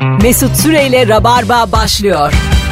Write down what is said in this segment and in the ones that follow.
Mesut Süreyle Rabarba başlıyor.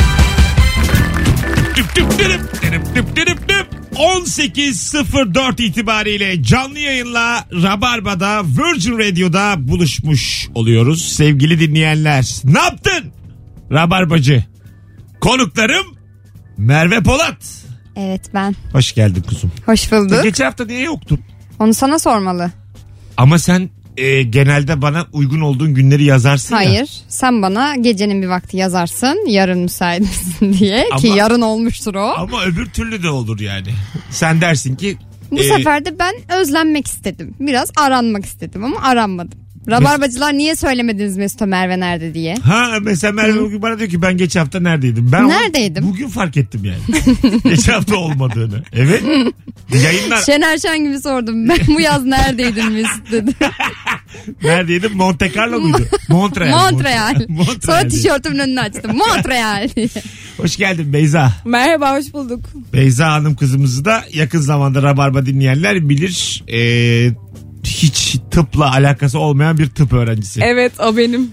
18.04 itibariyle canlı yayınla Rabarba'da Virgin Radio'da buluşmuş oluyoruz. Sevgili dinleyenler, ne yaptın? Rabarbacı. Konuklarım Merve Polat. Evet ben. Hoş geldin kuzum. Hoş bulduk. Geçen hafta niye yoktun? Onu sana sormalı. Ama sen genelde bana uygun olduğun günleri yazarsın. Hayır. Ya. Sen bana gecenin bir vakti yazarsın. Yarın müsait misin diye. Ama, ki yarın olmuştur o. Ama öbür türlü de olur yani. Sen dersin ki. Bu sefer de ben özlenmek istedim. Biraz aranmak istedim ama aranmadım. Rabarbacılar niye söylemediniz Mesut'a Merve nerede diye? Ha mesela Merve bugün bana diyor ki ben geçen hafta neredeydim? Ben neredeydim? Bugün fark ettim yani. Geçen hafta olmadığını. Evet. Yayınlar. Şener Şen gibi sordum. Ben bu yaz neredeydin Mesut dedi. Neredeydim? Monte Carlo muydu? Montreal. Sonra tişörtümün önünü açtım. Montreal diye. Hoş geldin Beyza. Merhaba, hoş bulduk. Beyza Hanım kızımızı da yakın zamanda Rabarba dinleyenler bilir. Hiç tıpla alakası olmayan bir tıp öğrencisi. Evet, o benim.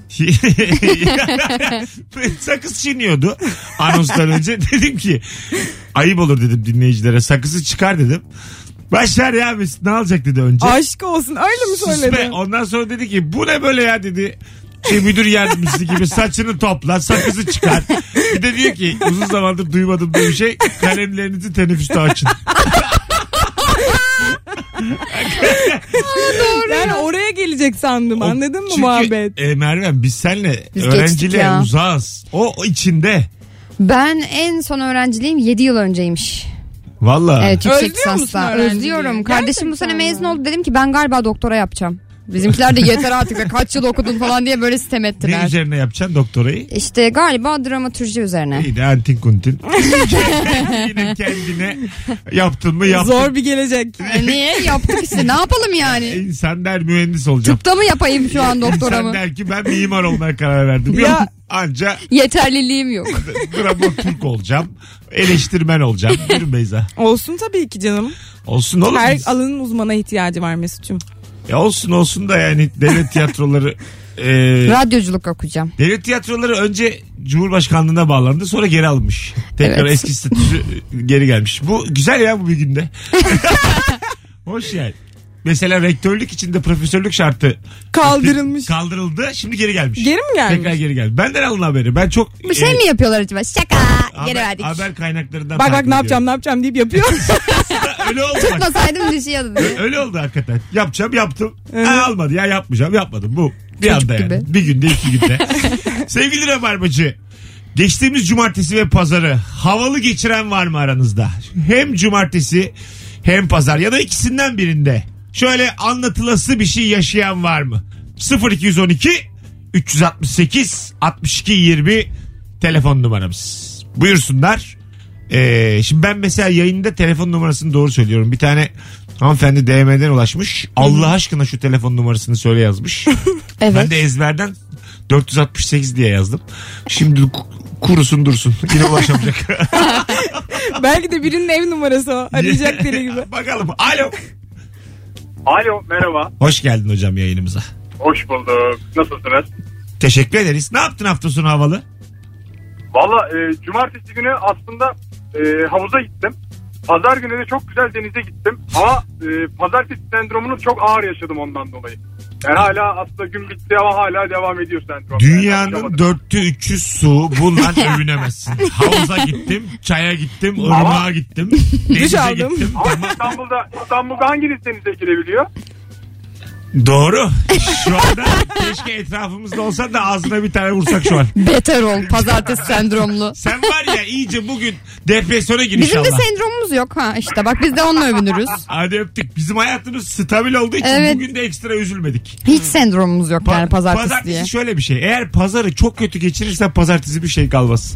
Sakız çiğniyordu anonstan önce. Dedim ki ayıp olur dedim dinleyicilere. Sakızı çıkar dedim. Başlar ya Mesut, ne alacak dedi önce. Aşk olsun, öyle mi söyledi? Ondan sonra dedi ki bu ne böyle ya dedi. Müdür yardımcısı gibi saçını topla, sakızı çıkar. Bir de diyor ki uzun zamandır duymadım böyle bir şey. Kalemlerinizi teneffüste açın. Doğru. Yani oraya gelecek sandım, anladın mı çünkü, muhabbet? Merve biz seninle öğrenciliğe uzağız. O içinde. Ben en son öğrenciliğim 7 yıl önceymiş. Vallahi. Evet, yüksek lisansla. Özlüyorum. Kardeşim bu sene mezun oldu, dedim ki ben galiba doktora yapacağım. Bizimkiler de yeter artık ve kaç yıl okudun falan diye böyle sitem ettiler. Ne üzerine yapacaksın doktorayı? İşte galiba dramatürji üzerine. İyi de antin kuntin. Yine kendine yaptın mı yaptın. Zor bir gelecek. Niye? Yaptık işte, ne yapalım yani? İnsan der mühendis olacağım. Tıpta mı yapayım şu an doktoramı? İnsan der ki ben mimar olmaya karar verdim. Ya. Anca yeterliliğim yok. Dramaturg olacağım. Eleştirmen olacağım. Buyurun Beyza. Olsun tabii ki canım. Olsun oğlum. Her alanın uzmana ihtiyacı var Mesut'cum. Ya olsun da yani devlet tiyatroları radyoculuk okuyacağım. Devlet tiyatroları önce Cumhurbaşkanlığına bağlandı, sonra geri alınmış. Tekrar evet. Eski statüsü geri gelmiş. Bu güzel ya, bu bir günde. Hoş yani. Mesela rektörlük içinde profesörlük şartı kaldırılmış. Kaldırıldı. Şimdi geri gelmiş. Geri mi gelmiş? Tekrar geri geldi. Benden alın haberi. Ben çok bu şey mi yapıyorlar acaba? Şaka. Geri verdik. Haber kaynaklarından. Bak ne yapacağım deyip yapıyor. Öyle oldu. Tutmasaydım düşüyordu. Öyle oldu hakikaten. Yaptım. Almadı ya, yapmayacağım. Bu bir çocuk anda gibi. Yani. Bir günde 2 günde. Sevgili Rabarbacı, geçtiğimiz cumartesi ve pazarı havalı geçiren var mı aranızda? Hem cumartesi hem pazar ya da ikisinden birinde. Şöyle anlatılası bir şey yaşayan var mı? 0212 368 62 20 telefon numaramız. Buyursunlar. Şimdi ben mesela yayında telefon numarasını doğru söylüyorum. Bir tane hanımefendi DM'den ulaşmış. Allah aşkına şu telefon numarasını söyle yazmış. Evet. Ben de ezberden 468 diye yazdım. Şimdi kurusun dursun. Yine ulaşamayacak. Belki de birinin ev numarası o. Arayacak deli gibi. Bakalım. Alo. Alo, merhaba. Hoş geldin hocam yayınımıza. Hoş bulduk. Nasılsınız? Teşekkür ederiz. Ne yaptın hafta sonu havalı? Valla cumartesi günü aslında havuza gittim. Pazar günü de çok güzel denize gittim. Ama pazartesi sendromunu çok ağır yaşadım ondan dolayı. Yani hala aslında gün bitti ama hala devam ediyor sendrom. Dünyanın yani 3/4 su, bundan övünemezsin. Havuza gittim, çaya gittim, ırmağa gittim, denize aldım. gittim. Ama İstanbul'da hanginiz denize girebiliyor? Doğru. Şu anda keşke etrafımızda olsan da ağzına bir tane vursak şu an. Beter ol, pazartesi sendromlu. Sen var ya iyice bugün depresyona gir bizim inşallah. Bizim de sendromumuz yok ha işte, bak biz de onunla övünürüz. Hadi öptük. Bizim hayatımız stabil olduğu için evet. Bugün de ekstra üzülmedik. Hiç sendromumuz yok yani pazartesi diye. Pazartesi şöyle bir şey. Eğer pazarı çok kötü geçirirsen pazartesi bir şey kalmaz.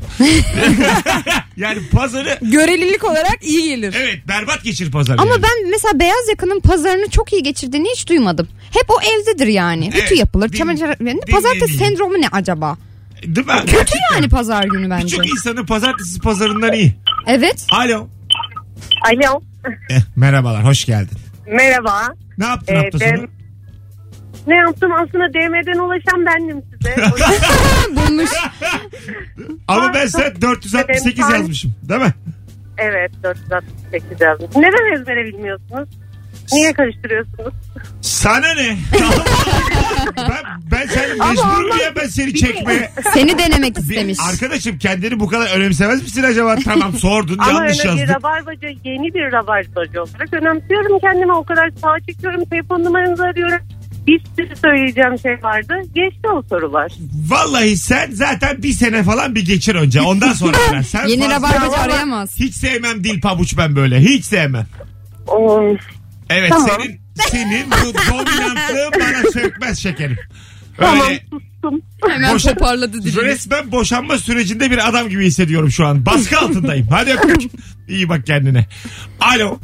Yani pazarı görelilik olarak iyi gelir. Evet, berbat geçir pazarı. Ama yani. ben mesela Beyaz Yaka'nın pazarını çok iyi geçirdiğini hiç duymadım. Hep o evdedir yani. Evet, ütü yapılır. Pazartesi sendromu ne acaba? Değil mi? Kötü gerçekten. Yani pazar günü bence. Birçok insanın pazartesi pazarından iyi. Evet. Alo. Alo. Merhabalar, hoş geldin. Merhaba. Ne yaptın hafta sonu? Ne yaptım? Aslında DM'den ulaşan bendim size. işte. Bulmuş. Ama ben sana 468 yazmışım değil mi? Evet 468 yazmış. Neden ezbere bilmiyorsunuz? Niye karıştırıyorsunuz? Sana ne? ben seni mecburum ya ben seni çekmeye. Seni denemek istemiş. Arkadaşım kendini bu kadar önemsemez misin acaba? Tamam sordun Ama yanlış öyle bir yazdın. rabarbacı, yeni bir rabarbacı olarak önemsiyorum kendimi. O kadar sağa çekiyorum. Telefon numaranızı arıyorum. Bir sürü söyleyeceğim şey vardı. Geçti o sorular. Vallahi sen zaten bir sene falan bir geçir önce. Ondan sonra arar. Sen Yeni fazla- rabarbacı arayamaz. Hiç sevmem dil pabuç ben böyle. Hiç sevmem. Evet Tamam. senin bu dominantlığın bana sökmez şekerim. Öyle Tamam sustum. Hemen toparladı dilini. resmen boşanma sürecinde bir adam gibi hissediyorum şu an. Baskı altındayım. Hadi öptük. İyi bak kendine. Alo.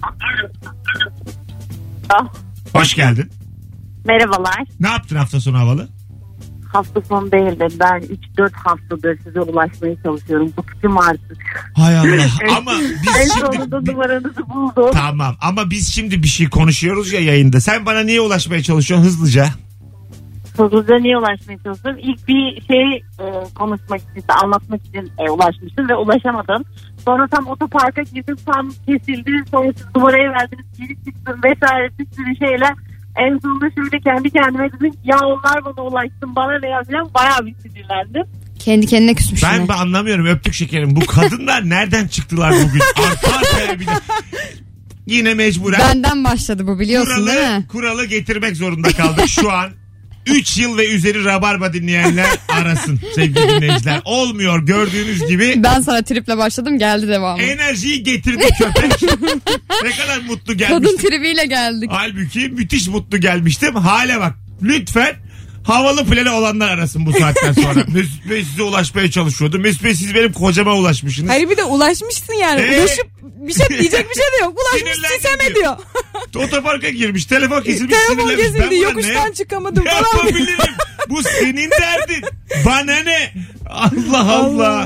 Hoş geldin. Merhabalar. Ne yaptın hafta sonu havalı? Hafta sonu değil de ben 3-4 haftadır size ulaşmaya çalışıyorum. Bıktım artık. Hay Allah. Ama biz En şimdi... sonunda numaranızı buldum. Tamam ama biz şimdi bir şey konuşuyoruz ya yayında. Sen bana niye ulaşmaya çalışıyorsun hızlıca? Hızlıca niye ulaşmaya çalıştım? İlk bir şey konuşmak için, anlatmak için ulaşmıştım ve ulaşamadım. Sonra tam otoparka gittim, tam kesildi. Sonra siz numarayı verdiniz, geri çıktım vesaire bir sürü şeyler. En sonunda şöyle kendi kendime dedim ya onlar bana ulaşsın bana ne yazacağım, bayağı bir sinirlendim. Kendi kendine küsmüş. Ben yine. anlamıyorum öptük şekerim. Bu kadınlar nereden çıktılar bugün? Arka arkaya bir de. Yine mecburen Benden başladı bu biliyorsun değil mi? kuralı getirmek zorunda kaldık şu an. 3 yıl ve üzeri Rabarba dinleyenler arasın sevgili dinleyiciler. Olmuyor gördüğünüz gibi. Ben sana triple başladım geldi devamı. Enerjiyi getirdi köpek. Ne kadar mutlu Kadın gelmiştim. tribiyle geldik. Halbuki müthiş mutlu gelmiştim. Hale bak. Lütfen havalı plane olanlar arasın bu saatten sonra. Mesut Bey size ulaşmaya çalışıyordu. Mesut Bey siz benim kocama ulaşmışsınız. Hayır bir de ulaşmışsın yani. Ulaşıp bir şey diyecek bir şey de yok. Ulaşmış çizeme diyor. Otoparka girmiş. Telefon kesilmiş. Telefon sinirlenmiş. kesildi. Ben buna Yokuştan çıkamadım ne falan. yapabilirim? Bu senin derdin. Bana ne? Allah Allah.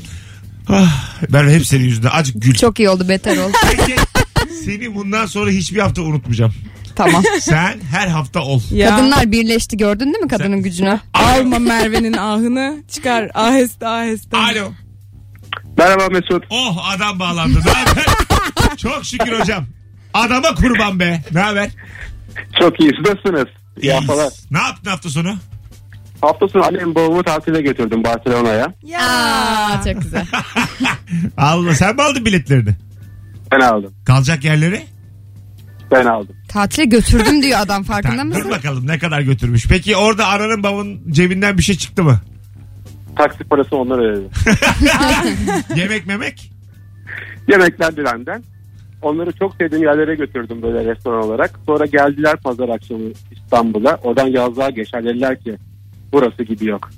Ah, ben hep senin yüzünden. Azıcık gül. Çok iyi oldu beter ol. Peki, seni bundan sonra hiçbir hafta unutmayacağım. Tamam. Sen her hafta ol. Ya. Kadınlar birleşti gördün değil mi kadının gücünü? Alma Merve'nin ahını. Çıkar aheste aheste. Alo. Merhaba Mesut. Oh adam bağlandı. Ne haber? Çok şükür hocam. Adama kurban be. Ne haber? Çok iyi. Siz nasılsınız? İyi haftalar. Ne yaptın hafta sonu? Hafta sonu annem babamı tatile götürdüm Barcelona'ya. Aa, çok güzel. Allah sen mi aldın biletlerini? Ben aldım. Kalacak yerleri? Ben aldım. Tatile götürdüm diyor adam farkında Dur mısın? bakalım ne kadar götürmüş. Peki orada ananın babanın cebinden bir şey çıktı mı? Taksi parası onlar ödedi. Yemek memek? Yemekler benden. Onları çok sevdiğim yerlere götürdüm böyle restoran olarak. Sonra geldiler pazar akşamı İstanbul'a. Oradan yazlığa geçer dediler ki burası gibi yok.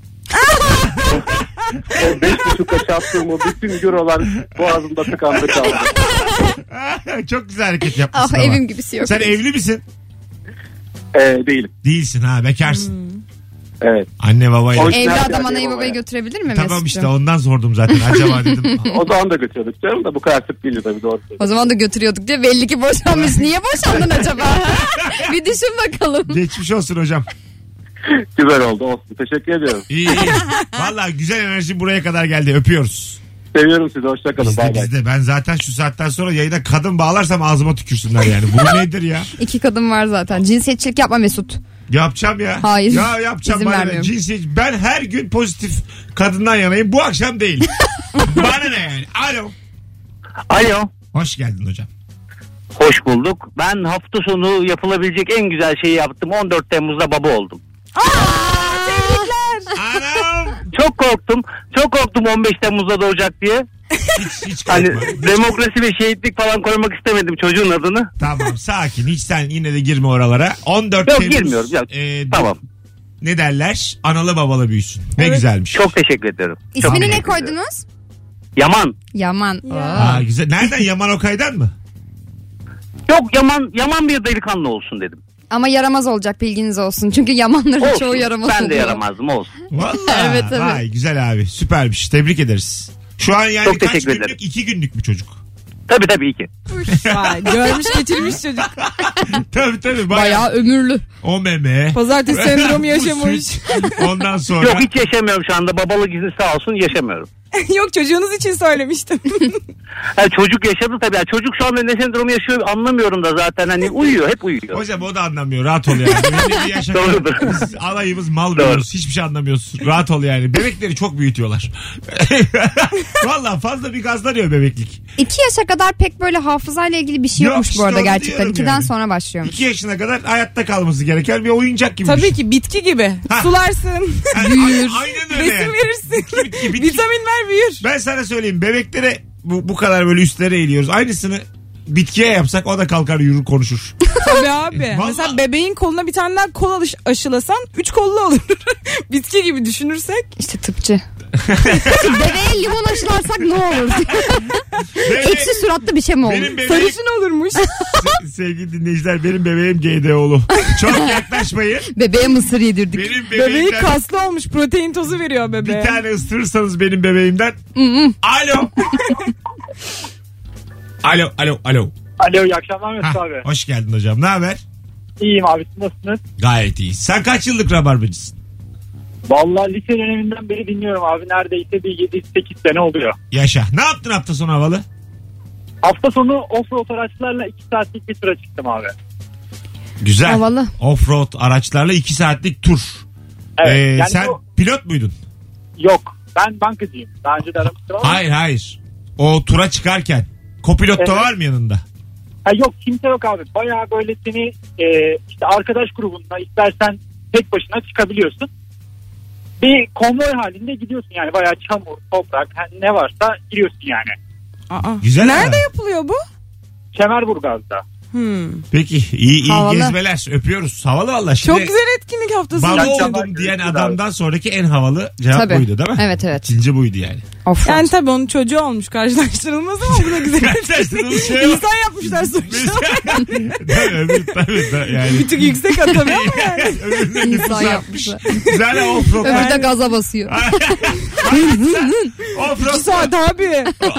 O 5.5'a çarptığım o bütün eurolar boğazımda tıkandı kaldı. Çok güzel hareket yapmışsın Ah ama. evim gibisi yok. Sen evli misin? Değilim. Değilsin ha bekarsın. Evet. Anne babayla. O- Evli Nerede adam anayı yani babayı babaya? götürebilir mi Tamam Mesut'cum? işte ondan sordum zaten. Acaba dedim. O zaman da götürüyorduk canım da bu kadar sık değildi tabii doğru. O zaman da götürüyorduk diye belli ki boşanmış. Niye boşandın acaba? Bir düşün bakalım. Geçmiş olsun hocam. Güzel oldu olsun. Teşekkür ediyorum. İyi iyi. Valla güzel enerji buraya kadar geldi. Öpüyoruz. Seviyorum sizi. Hoşçakalın. Bay bay. Bizde. Ben zaten şu saatten sonra yayına kadın bağlarsam ağzıma tükürsünler yani. Bu nedir ya? 2 kadın var zaten. Cinsiyetçilik yapma Mesut. Yapacağım ya. Hayır. Ya yapacağım. İzin Bana ne? vermiyorum. Cinsiyet. Ben her gün pozitif kadından yanayım. Bu akşam değil. Bana ne yani? Alo. Alo. Hoş geldin hocam. Hoş bulduk. Ben hafta sonu yapılabilecek en güzel şeyi yaptım. 14 Temmuz'da baba oldum. Anam. Çok korktum. Çok korktum 15 Temmuz'da doğacak diye. Hiç Hani korkma. demokrasi ve şehitlik falan koymak istemedim çocuğun adını. Tamam sakin. Hiç sen yine de girme oralara. 14 Yok, Temmuz. girmiyorum, yok. Tamam. Ne derler? Analı babalı büyüsün. Ne güzelmiş. Çok teşekkür ederim. Çok İsmini ne teşekkür ederim. koydunuz? Yaman. Yaman. Aa, güzel. Nereden? Yaman Okay'dan mı? Yok Yaman bir delikanlı olsun dedim. Ama yaramaz olacak bilginiz olsun. Çünkü yamanların Olsun. çoğu yaramaz Ben de oluyor. yaramazdım olsun. Vallahi. Evet, evet. Vay güzel abi. Süpermiş. Tebrik ederiz. Şu an yani Çok kaç teşekkür günlük? ederim. 2 günlük bir çocuk. Tabii 2. Vay, görmüş geçirmiş çocuk. Tabii. Bayağı ömürlü. O meme. Pazartesi sendromu Bu yaşamış. süt. Ondan sonra. Yok hiç yaşamıyorum şu anda. Babalık izni sağ olsun yaşamıyorum. Yok çocuğunuz için söylemiştim. Çocuk yaşadı tabii. Yani çocuk şu anda ne sendromu yaşıyor anlamıyorum da zaten. Hani uyuyor, hep uyuyor. Hocam o da anlamıyor. Rahat ol yani. Böyle bir yaşa Doğrudur. Biz alayımız mal veriyoruz. Hiçbir şey anlamıyoruz. Rahat ol yani. Bebekleri çok büyütüyorlar. Valla fazla bir gazlanıyor bebeklik. 2 yaşa kadar pek böyle hafızayla ilgili bir şey Yok, yokmuş işte bu arada onu gerçekten. diyorum 2'den yani. sonra başlıyormuş. 2 yaşına kadar hayatta kalması gereken bir oyuncak gibi. Tabii düşün. ki bitki gibi. Ha. Sularsın, Yani büyür. Aynen öyle. besin Yani. verirsin. Bitki. Vitaminler büyür. Ben sana söyleyeyim. Bebeklere bu kadar böyle üstlere eğiliyoruz. Aynısını bitkiye yapsak o da kalkar yürür konuşur. Tabii abi. Vallahi. Mesela bebeğin koluna bir tane daha kol aşılasan 3 kollu olur. Bitki gibi düşünürsek. İşte tıpçı. Bebeğe limon aşılarsak ne olur? Ekşi suratlı bir şey mi olur? Benim bebeğim, Sarışın olurmuş. sevgili dinleyiciler, benim bebeğim GDO'lu. Çok yaklaşmayın. Bebeğe mısır yedirdik. Benim Bebeği bebeğimden kaslı olmuş. Protein tozu veriyor bir bebeğe. tane ısırırsanız benim bebeğimden. Alo. Alo. Alo, iyi akşamlar Mesut Hah, abi. hoş geldin hocam. Ne haber? İyiyim abi, siz nasılsınız? Gayet iyi. Sen kaç yıllık rabarbacısın? Vallahi lise döneminden beri dinliyorum abi. Neredeyse bir 7-8 sene oluyor. Yaşa. Ne yaptın hafta sonu havalı? Hafta sonu offroad araçlarla 2 saatlik bir tura çıktım abi. Güzel. Havalı. Offroad araçlarla 2 saatlik tur. Evet. Yani sen bu- pilot muydun? Yok, ben bankacıyım. Daha önce de aramıştım ama. Hayır. O tura çıkarken. Kopilot da Evet. var mı yanında? Yok, kimse yok abi. Bayağı böyle seni işte arkadaş grubunda istersen tek başına çıkabiliyorsun. Bir konvoy halinde gidiyorsun yani, bayağı çamur, toprak, ne varsa giriyorsun yani. Aa. Güzel Nerede ha. yapılıyor bu? Kemerburgaz'da. Peki iyi Havalı. gezmeler. Öpüyoruz. Havalı valla. Şimdi Çok güzel etkinlik haftası. baba İyi akşamlar, oldum diyen görüşürüz adamdan sonraki en havalı cevap Tabii. buydu değil mi? Evet. İkinci buydu yani. Offroad. Yani tabii onun çocuğu olmuş, karşılaştırılmaz ama bu da güzel. Karşılaştırılmış şey yok. İnsan yapmışlar sonuçta. Tabii yani. Bir tık yüksek atamıyor ama yani. Öbüründe İnsan nüfus yapmış. yapmışlar. Güzel offroad. Öbürü de gaza basıyor. Offroad. 2 saat abi.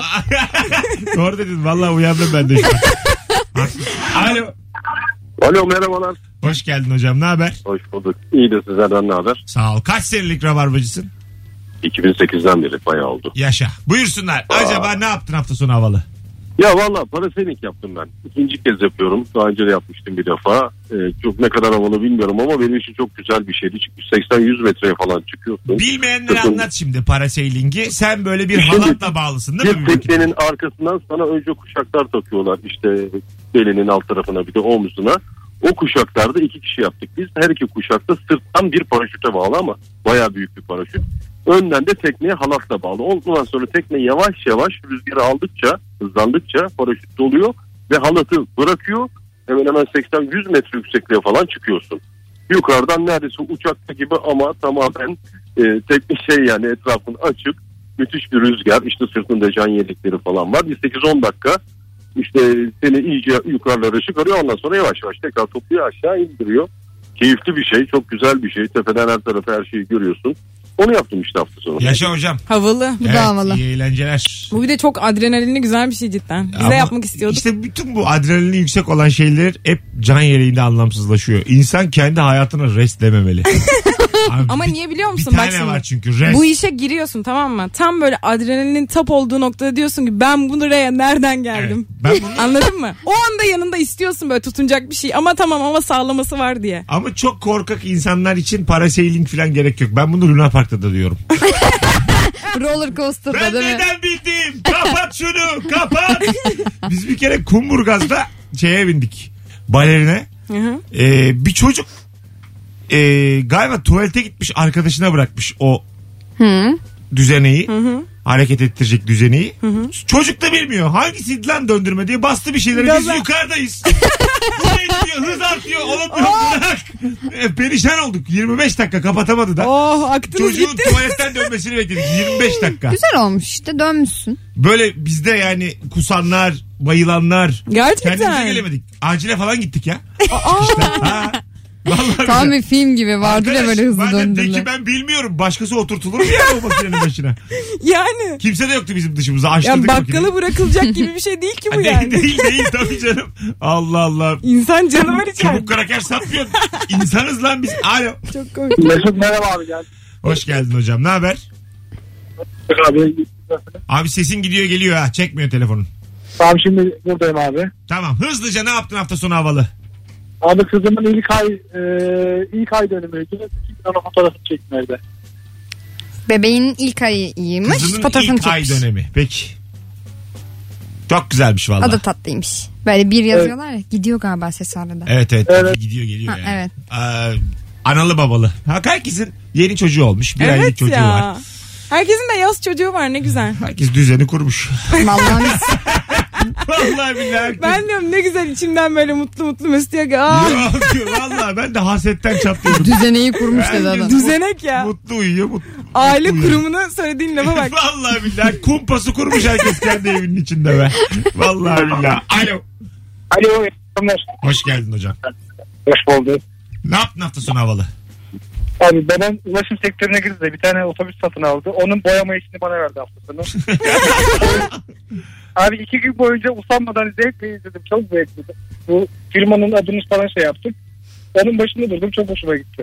Doğru dedin. Vallahi uyandım ben de şu an. Alo. Alo, merhabalar. Hoş geldin hocam. Ne haber? Hoş bulduk. İyi de sizlerden ne haber? Sağ ol. Kaç senelik rabarbacısın? 2008'den beri bayağı oldu. Yaşa. Buyursunlar. Acaba ne yaptın hafta sonu havalı? Ya valla paraseling yaptım ben. 2. kez yapıyorum. Daha önce de yapmıştım bir defa. Çok ne kadar havalı bilmiyorum ama benim için çok güzel bir şeydi. Çünkü 80-100 metreye falan çıkıyorsun. Bilmeyenlere Bakın. anlat şimdi parasailing'i. Sen böyle bir Şimdi halatla bağlısın değil mi? Bir teknenin arkasından sana önce kuşaklar takıyorlar. İşte belinin alt tarafına bir de omzuna. O kuşaklarda 2 kişi yaptık biz. Her 2 kuşakta sırttan bir paraşüte bağlı ama bayağı büyük bir paraşüt. Önden de tekneye halatla bağlı. Ondan sonra tekne yavaş yavaş rüzgarı aldıkça, hızlandıkça paraşüt doluyor ve halatı bırakıyor. Hemen 80-100 metre yüksekliğe falan çıkıyorsun. Yukarıdan neredeyse uçakta gibi ama tamamen tekne yani etrafın açık. Müthiş bir rüzgar. İşte sırtında can yelekleri falan var. Bir 8-10 dakika işte seni iyice yukarılara çıkarıyor. Ondan sonra yavaş yavaş tekrar topluyor, aşağı indiriyor. Keyifli bir şey. Çok güzel bir şey. Tepeden her tarafı her şeyi görüyorsun. Onu yaptım işte hafta sonu. Yaşa hocam. Havalı. Bu da havalı. İyi eğlenceler. Bu bir de çok adrenalinli güzel bir şey cidden. Biz Ama de yapmak istiyorduk. İşte bütün bu adrenalini yüksek olan şeyler hep can yeleğinde anlamsızlaşıyor. İnsan kendi hayatına rest dememeli. Abi Ama bir- niye biliyor musun? Bir Bak tane şimdi. var çünkü rest. Bu işe giriyorsun, tamam mı? Tam böyle adrenalinin tap olduğu noktada diyorsun ki ben buraya nereden geldim? Evet. Ben bunu- Anladın mı? O anda yanında istiyorsun böyle tutunacak bir şey ama tamam ama sağlaması var diye. Ama çok korkak insanlar için parasailing falan gerek yok. Ben bunu Luna Park'ta da diyorum. Roller coaster'da Ben değil mi? neden bildim? Kapat şunu, kapat. Biz bir kere Kumburgaz'da şeye bindik. Balerine. Hı hı. Bir çocuk galiba tuvalete gitmiş, arkadaşına bırakmış o düzeneyi. Hareket ettirecek düzeneyi. Çocuk da bilmiyor. Hangisiydi lan döndürme diye bastı bir şeyleri. Biz Gaza. yukarıdayız. Gidiyor, hız artıyor. Oğlum bırak. Perişan olduk. 25 dakika kapatamadı da. Oh aktınız Çocuğun gitti. tuvaletten dönmesini bekledik. 25 dakika. Güzel olmuş işte, dönmüşsün. Böyle bizde yani kusanlar, bayılanlar. Gerçekten. Kendimize gelemedik. Acile falan gittik ya. İşte, ha. Vallahi Tam billahi. bir film gibi vardır ya böyle hızlı Bazen de ki döndürüler. ben bilmiyorum. Başkası oturtulur mu yani o makinenin başına? Yani. Kimse de yoktu bizim dışımıza. Ya Açtırdık makineyi. bakkala bırakılacak gibi bir şey değil ki bu Değil, yani. değil tabii canım. Allah Allah. İnsan canavar içer. Çubuk kraker satmıyor. İnsanız lan biz. Alo. Çok komik. Mesut merhaba abi gel. Hoş geldin hocam. Ne haber? Abi, Abi sesin gidiyor geliyor ha. Çekmiyor telefonun. tamam şimdi buradayım abi. Tamam. Hızlıca ne yaptın hafta sonu havalı? Abi kızımın ilk ay dönümüydü. 2 tane fotoğrafını çektim evde. Bebeğin ilk ayıymış. Kızının Fotoğrafını ilk ay çekmiş. dönemi. Peki. Çok güzelmiş valla. O da tatlıymış. Böyle bir yazıyorlar ya. Gidiyor galiba ses arada. Evet. Evet. Gidiyor geliyor Ha, yani. evet. Analı babalı. Herkesin yeni çocuğu olmuş. Bir aylık Evet çocuğu ya. var. Herkesin de yaz çocuğu var, ne güzel. Herkes düzeni kurmuş. Vallahi biz Vallahi billahi herkes. Ben diyorum ne güzel, içimden böyle mutlu mutlu Mesut diyor ki aa, Yok vallahi ben de hasetten çatlıyorum. düzeneyi kurmuş dedi adam. düzenek ya. Mutlu uyuyor. Aile mutlu uyuyor. kurumuna söylediğin lafa bak. Vallahi billahi kumpası kurmuş herkes kendi evinin içinde be. Vallahi billahi. Alo. Alo. Hoş geldin hocam. Hoş bulduk. Ne yaptın hafta sonu havalı? Abi ben ulaşım sektörüne girdi de bir tane otobüs satın aldı. Onun boyama işini bana verdi hafta sonu. Abi 2 gün boyunca usanmadan zevkle izledim. Çok zevkliydi. Bu firmanın adını falan şey yaptık. Onun başında durdum. Çok hoşuma gitti.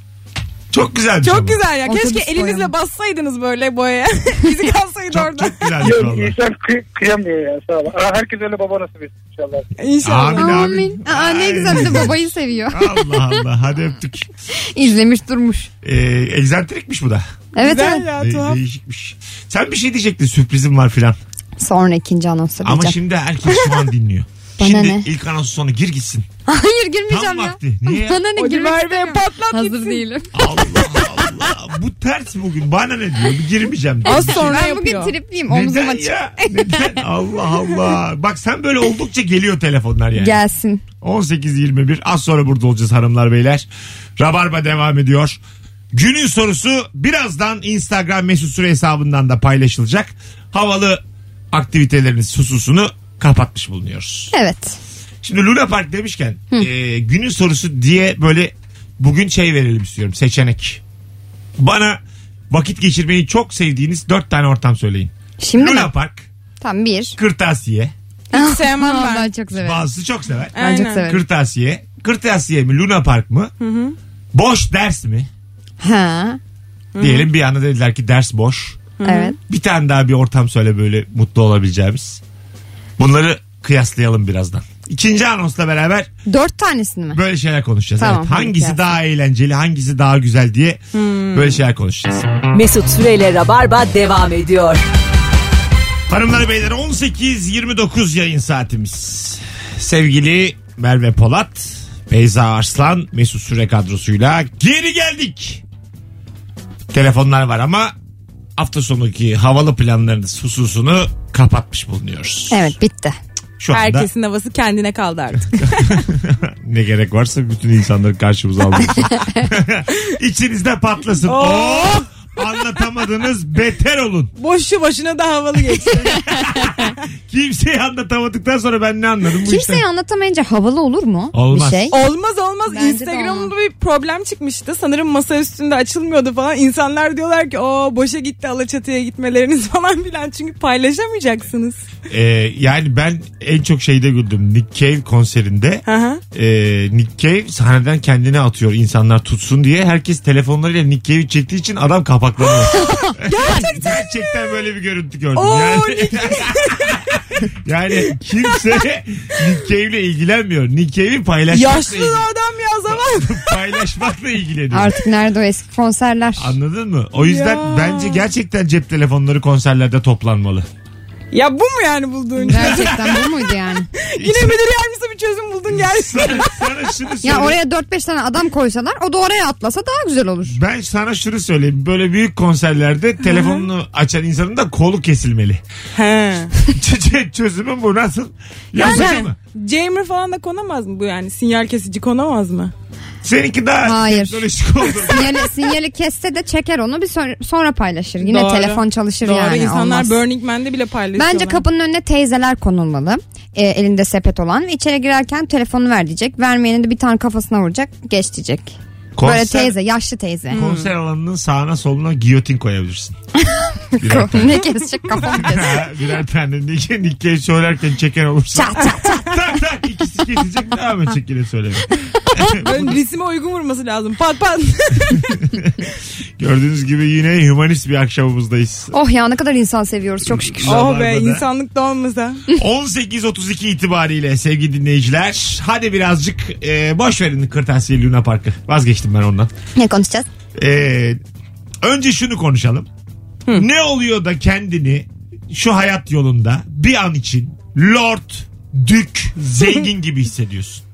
Çok güzelmiş Çok ama. güzel ya. Otobüs Keşke elinizle boyama. bassaydınız böyle boyaya. Bizi kalsaydı Çok, orada. çok güzelmiş Yok valla. insan kıyamıyor ya. Sağ ol. Herkes öyle baba nasip etsin inşallah. İnşallah. Amin. Amin. Aa, ne güzel bir de babayı seviyor. Allah Allah hadi öptük. İzlemiş durmuş. Egzantrikmiş bu da. Evet Güzel evet. ya, tuhaf. Değişikmiş. Sen bir şey diyecektin, sürprizim var filan. Sonra ikinci anonsu Ama diyeceğim. şimdi herkes şu an dinliyor. Bana Şimdi ne? ilk anonsu sonu gir gitsin. Hayır girmeyeceğim Tam ya. vakti. Niye? Bana ne Hadi girmek Merve, istemiyorum. patlat Hazır gitsin. değilim. Allah Allah. Bu ters bugün. Bana ne diyor? Bir girmeyeceğim diyor. Az sonra Ben bugün yapıyor. tripliyim. Omzum Neden açık. ya? Neden? Allah Allah. Bak sen böyle oldukça geliyor telefonlar yani. Gelsin. 18.21 az sonra burada olacağız hanımlar beyler. Rabarba devam ediyor. Günün sorusu birazdan Instagram Mesut Süre hesabından da paylaşılacak. Havalı aktiviteleriniz hususunu kapatmış bulunuyoruz. Evet. Şimdi Luna Park demişken günün sorusu diye böyle bugün şey verelim istiyorum, seçenek. Bana vakit geçirmeyi çok sevdiğiniz 4 tane ortam söyleyin. Şimdi Luna mi? Park, Tam bir. kırtasiye. Hiç sevmem ben. Vallahi çok severim. Bazısı çok sever. Ben çok Aynen. severim. Kırtasiye. Kırtasiye mi Luna Park mı? Boş ders mi? Ha. Diyelim bir anda dediler ki ders boş. Evet. Bir tane daha bir ortam söyle böyle mutlu olabileceğimiz. Bunları kıyaslayalım birazdan. İkinci anonsla beraber 4 tanesini mi? böyle şeyler konuşacağız. Tamam, Evet. hadi Hangisi gelsin. daha eğlenceli, hangisi daha güzel diye böyle şeyler konuşacağız. Mesut Süreyle Rabarba devam ediyor. Hanımlar beyler 18.29 yayın saatimiz. Sevgili Merve Polat, Beyza Arslan, Mesut Süre kadrosuyla geri geldik. Telefonlar var ama hafta sonuki havalı planlarınız hususunu kapatmış bulunuyoruz. Evet bitti. Şu anda Herkesin havası kendine kaldı artık. ne gerek varsa bütün insanları karşımıza aldık. İçinizde patlasın. Oh! Anlatamadınız beter olun. Boşu boşuna da havalı geçti. Kimseyi anlatamadıktan sonra ben ne anladım bu Kimseyi işten? anlatamayınca havalı olur mu? Olmaz. Bir şey. Olmaz. Bence de Instagram'da bir problem çıkmıştı. Sanırım masa üstünde açılmıyordu falan. İnsanlar diyorlar ki o boşa gitti Alaçatı'ya gitmeleriniz falan filan. Çünkü paylaşamayacaksınız. Yani ben en çok şeyde güldüm. Nick Cave konserinde Hı hı. Nick Cave sahneden kendini atıyor insanlar tutsun diye. Herkes telefonlarıyla Nick Cave'i çektiği için adam kapaklanıyor. Gerçekten böyle bir görüntü gördüm. Oo, Yani kimse Nick Cave'le ilgilenmiyor. Nick Cave'i paylaşmakla, Yaşlı adam ya zaman. paylaşmakla ilgileniyor. Artık nerede o eski konserler? Anladın mı? O yüzden Ya. bence gerçekten cep telefonları konserlerde toplanmalı. Ya bu mu yani bulduğun? Gerçekten bu muydu yani? Yine müdür yardımcısı bir çözüm buldun gelsin. Sana şunu Ya söyleyeyim. oraya 4-5 tane adam koysalar o da oraya atlasa daha güzel olur. Ben sana şunu söyleyeyim. Böyle büyük konserlerde telefonunu açan insanın da kolu kesilmeli. He. Çözümü bu nasıl? Yapıcı mı? Jammer falan da konamaz mı bu yani? Sinyal kesici konamaz mı? Seninki daha Hayır. teknolojik oldu. Sinyali kesse de çeker onu bir sonra paylaşır. Yine Doğru. telefon çalışır Doğru, yani. insanlar Olmaz. Burning Man'de bile paylaşıyorlar. Bence kapının önüne teyzeler konulmalı. Elinde sepet olan ve içeri girerken telefonu ver diyecek. Vermeyenin de bir tane kafasına vuracak. Geç diyecek. Böyle teyze, yaşlı teyze. Konser alanının sağına soluna giyotin koyabilirsin. Ne kesecek kafamı kesecek. Birer tane Nick Cage söylerken çeken olursa. Çat çat çat. Tak tak ikisi kesecek, devam edecek yine söylemeye. Böyle ritme uygun vurması lazım. Pat pat. Gördüğünüz gibi yine humanist bir akşamımızdayız. Oh ya, ne kadar insan seviyoruz çok şükür. Oh be, insanlık da olmasa. 18.32 itibariyle sevgili dinleyiciler. Hadi birazcık boş verin Kırtasiye Luna Park'ı. Vazgeçtim ben ondan. Ne konuşacağız? Önce şunu konuşalım. Ne oluyor da kendini şu hayat yolunda bir an için lord, dük, zengin gibi hissediyorsun?